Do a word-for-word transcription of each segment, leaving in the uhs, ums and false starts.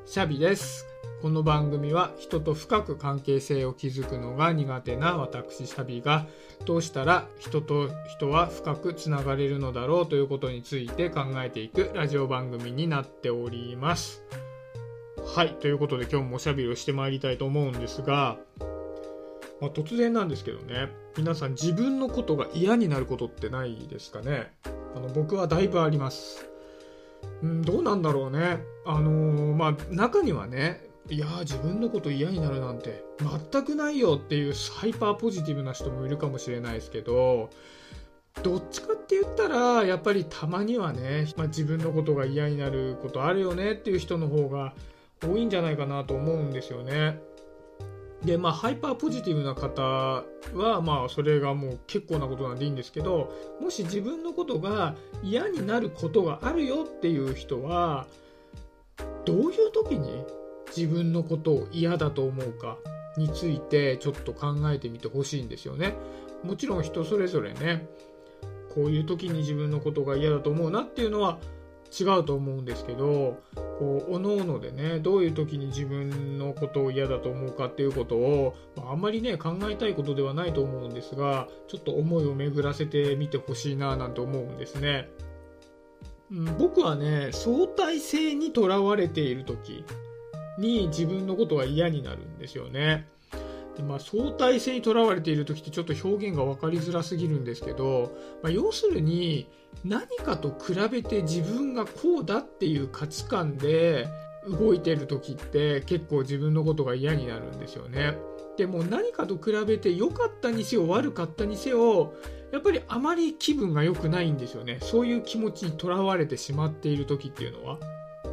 シャビです。この番組は人と深く関係性を築くのが苦手な私シャビがどうしたら人と人は深くつながれるのだろうということについて考えていくラジオ番組になっております。はい、ということで今日もおしゃべりをしてまいりたいと思うんですが、まあ、突然なんですけどね、皆さん自分のことが嫌になることってないですかね。あの僕はだいぶあります。うん、どうなんだろうね。あのー、まあ中にはね、いやー自分のこと嫌になるなんて全くないよっていうハイパーポジティブな人もいるかもしれないですけど、どっちかって言ったらやっぱりたまにはね、まあ、自分のことが嫌になることあるよねっていう人の方が多いんじゃないかなと思うんですよね。でまあハイパーポジティブな方はまあそれがもう結構なことなんでいいんですけど、もし自分のことが嫌になることがあるよっていう人はどういう時に自分のことを嫌だと思うかについてちょっと考えてみてほしいんですよね。もちろん人それぞれね、こういう時に自分のことが嫌だと思うなっていうのは違うと思うんですけど、こう各々でね、どういう時に自分のことを嫌だと思うかっていうことを、まあ、あんまりね考えたいことではないと思うんですが、ちょっと思いを巡らせてみてほしいななんて思うんですね。うん、僕はね、相対性にとらわれている時に自分のことが嫌になるんですよね。でまあ、相対性にとらわれている時ってちょっと表現が分かりづらすぎるんですけど、まあ、要するに何かと比べて自分がこうだっていう価値観で動いている時って結構自分のことが嫌になるんですよね。でも何かと比べて良かったにせよ悪かったにせよやっぱりあまり気分が良くないんですよね。そういう気持ちにとらわれてしまっている時っていうのは、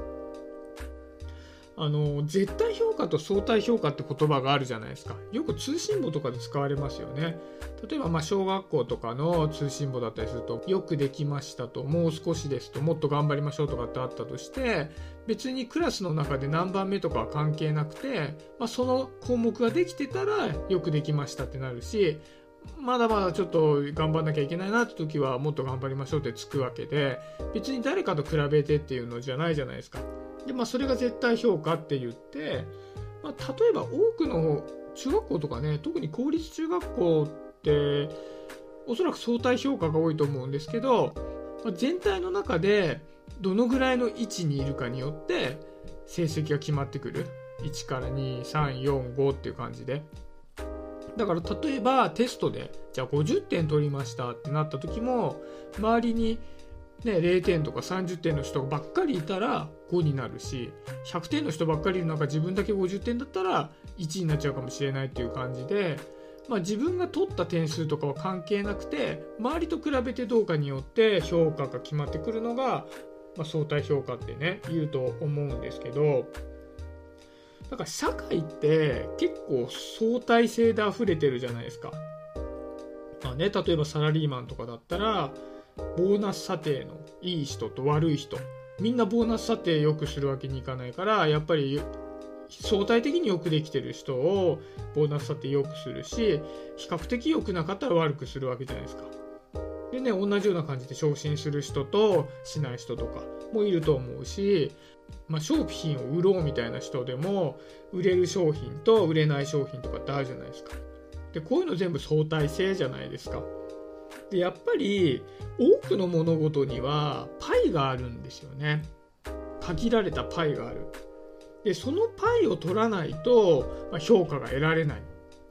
あの絶対評価と相対評価って言葉があるじゃないですか。よく通信簿とかで使われますよね。例えばまあ小学校とかの通信簿だったりすると、よくできましたと、もう少しですと、もっと頑張りましょうとかってあったとして、別にクラスの中で何番目とかは関係なくて、まあ、その項目ができてたらよくできましたってなるし、まだまだちょっと頑張んなきゃいけないなって時はもっと頑張りましょうってつくわけで、別に誰かと比べてっていうのじゃないじゃないですか。でまあ、それが絶対評価って言って、まあ、例えば多くの中学校とかね、特に公立中学校っておそらく相対評価が多いと思うんですけど、まあ、全体の中でどのぐらいの位置にいるかによって成績が決まってくる。いちからに、さん、よん、ごっていう感じで、だから例えばテストでじゃあごじゅってん取りましたってなった時も、周りにね、れいてんとかさんじゅってんの人ばっかりいたらごになるし、ひゃくてんの人ばっかりいる中自分だけごじゅってんだったらいちになっちゃうかもしれないっていう感じで、まあ、自分が取った点数とかは関係なくて、周りと比べてどうかによって評価が決まってくるのが、まあ、相対評価ってね言うと思うんですけど、だから社会って結構相対性で溢れてるじゃないですか。まあね、例えばサラリーマンとかだったらボーナス査定のいい人と悪い人、みんなボーナス査定良くするわけにいかないから、やっぱり相対的によくできてる人をボーナス査定良くするし、比較的良くなかったら悪くするわけじゃないですか。でね、同じような感じで昇進する人としない人とかもいると思うし、まあ、商品を売ろうみたいな人でも売れる商品と売れない商品とかってあるじゃないですか。でこういうの全部相対性じゃないですか。でやっぱり多くの物事にはパイがあるんですよね。限られたパイがある。でそのパイを取らないと、まあ、評価が得られない。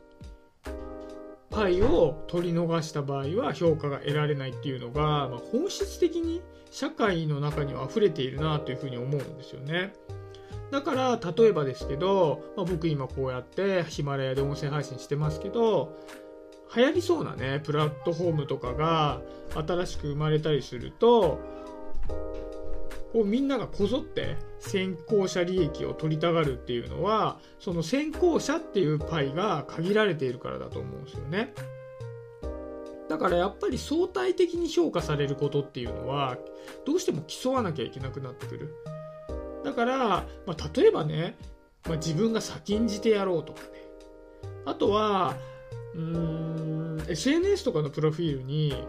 パイを取り逃した場合は評価が得られないっていうのが、まあ、本質的に社会の中には溢れているなというふうに思うんですよね。だから例えばですけど、まあ、僕今こうやってヒマラヤで音声配信してますけど、流行りそうなねプラットフォームとかが新しく生まれたりすると、こうみんながこぞって先行者利益を取りたがるっていうのは、その先行者っていうパイが限られているからだと思うんですよね。だからやっぱり相対的に評価されることっていうのはどうしても競わなきゃいけなくなってくる。だから、まあ、例えばね、まあ、自分が先んじてやろうとかね、あとはうーん エスエヌエス とかのプロフィールに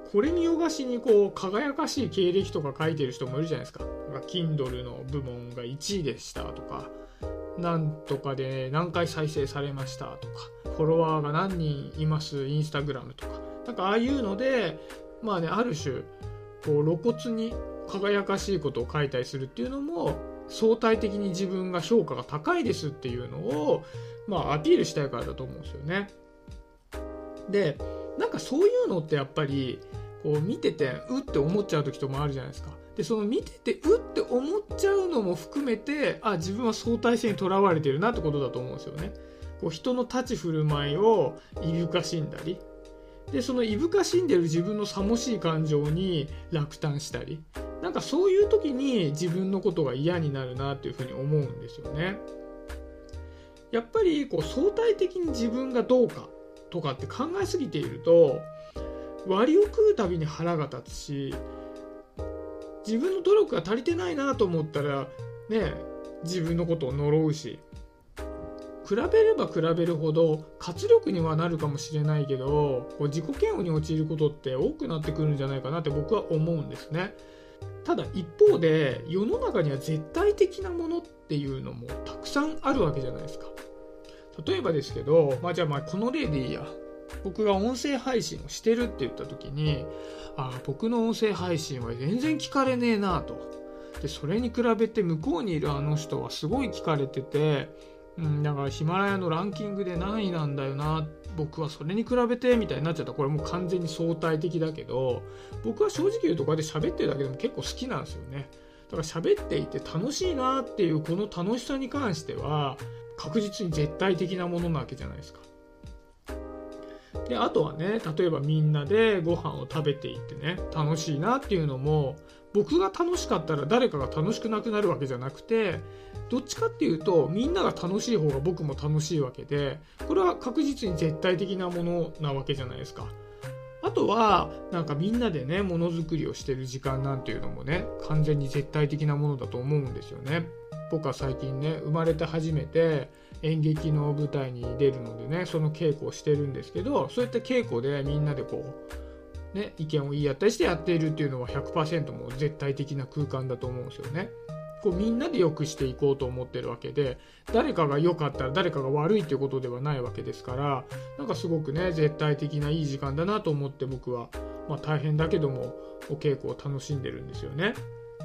これ見よがしにこう輝かしい経歴とか書いてる人もいるじゃないですか。なんか Kindle の部門がいちいでしたとか、なんとかで何回再生されましたとか、フォロワーが何人いますインスタグラムとか、なんかああいうのでまあね、ある種こう露骨に輝かしいことを書いたりするっていうのも、相対的に自分が評価が高いですっていうのを、まあ、アピールしたいからだと思うんですよね。で、なんかそういうのってやっぱりこう見ててうって思っちゃう時ともあるじゃないですか。で、その見ててうって思っちゃうのも含めて、あ、自分は相対性にとらわれてるなってことだと思うんですよね。こう人の立ち振る舞いをいぶかしんだり、でそのいぶかしんでる自分のさもしい感情に落胆したり、なんかそういう時に自分のことが嫌になるなっていうふうに思うんですよね。やっぱりこう相対的に自分がどうかとかって考えすぎていると、割を食うたびに腹が立つし、自分の努力が足りてないなと思ったらね、自分のことを呪うし、比べれば比べるほど活力にはなるかもしれないけど、こう自己嫌悪に陥ることって多くなってくるんじゃないかなって僕は思うんですね。ただ一方で世の中には絶対的なものっていうのもたくさんあるわけじゃないですか。例えばですけど、まあ、じゃあまあこの例でいいや。僕が音声配信をしてるって言った時に、ああ僕の音声配信は全然聞かれねえなと。でそれに比べて向こうにいるあの人はすごい聞かれてて、うん、だからヒマラヤのランキングで何いなんだよな、僕はそれに比べてみたいになっちゃったら、これもう完全に相対的だけど、僕は正直言うとこうやって喋ってるだけでも結構好きなんですよね。だから喋っていて楽しいなっていうこの楽しさに関しては確実に絶対的なものなわけじゃないですか。であとはね、例えばみんなでご飯を食べていってね楽しいなっていうのも、僕が楽しかったら誰かが楽しくなくなるわけじゃなくて、どっちかっていうとみんなが楽しい方が僕も楽しいわけで、これは確実に絶対的なものなわけじゃないですか。あとはなんかみんなでねものづくりをしてる時間なんていうのもね、完全に絶対的なものだと思うんですよね。僕は最近ね生まれて初めて演劇の舞台に出るのでね、その稽古をしてるんですけど、そういった稽古でみんなでこうね意見を言い合ったりしてやっているっていうのは ひゃくパーセント もう絶対的な空間だと思うんですよね。こうみんなで良くしていこうと思ってるわけで、誰かが良かったら誰かが悪いということではないわけですから、なんかすごくね絶対的ないい時間だなと思って、僕は、まあ、大変だけどもお稽古を楽しんでるんですよね。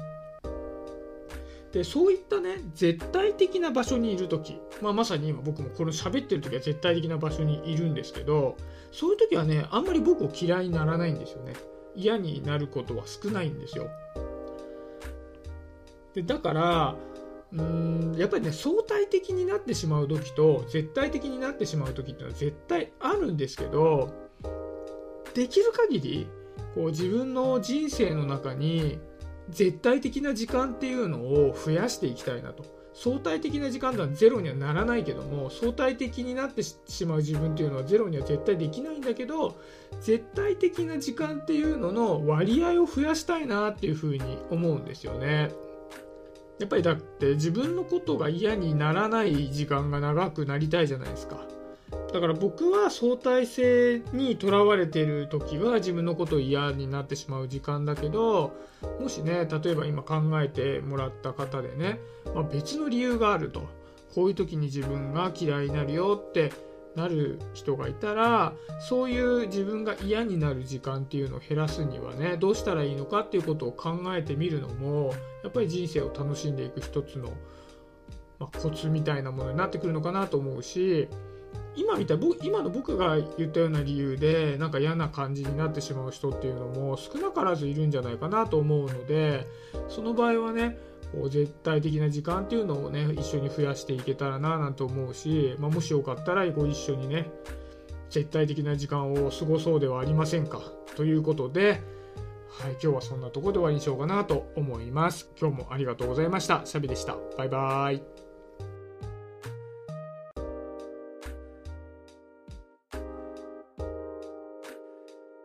でそういったね絶対的な場所にいるとき、まあ、まさに今僕もこの喋ってるときは絶対的な場所にいるんですけど、そういうときはねあんまり僕を嫌いにならないんですよね。嫌になることは少ないんですよ。でだからうーんやっぱりね相対的になってしまう時と絶対的になってしまう時っていうのは絶対あるんですけど、できる限りこう自分の人生の中に絶対的な時間っていうのを増やしていきたいなと。相対的な時間ではゼロにはならないけども、相対的になってしまう自分っていうのはゼロには絶対できないんだけど、絶対的な時間っていうのの割合を増やしたいなっていうふうに思うんですよね。やっぱりだって自分のことが嫌にならない時間が長くなりたいじゃないですか。だから僕は相対性にとらわれている時は自分のことを嫌になってしまう時間だけど、もしね例えば今考えてもらった方でね、まあ、別の理由があると、こういう時に自分が嫌いになるよってなる人がいたら、そういう自分が嫌になる時間っていうのを減らすにはねどうしたらいいのかっていうことを考えてみるのも、やっぱり人生を楽しんでいく一つの、まあ、コツみたいなものになってくるのかなと思うし、今みたい今の僕が言ったような理由でなんか嫌な感じになってしまう人っていうのも少なからずいるんじゃないかなと思うので、その場合はねこう絶対的な時間っていうのをね一緒に増やしていけたらななんて思うし、まあ、もしよかったらご一緒にね絶対的な時間を過ごそうではありませんかということで、はい、今日はそんなところで終わりにしようかなと思います。今日もありがとうございました。シャビでした。バイバイ。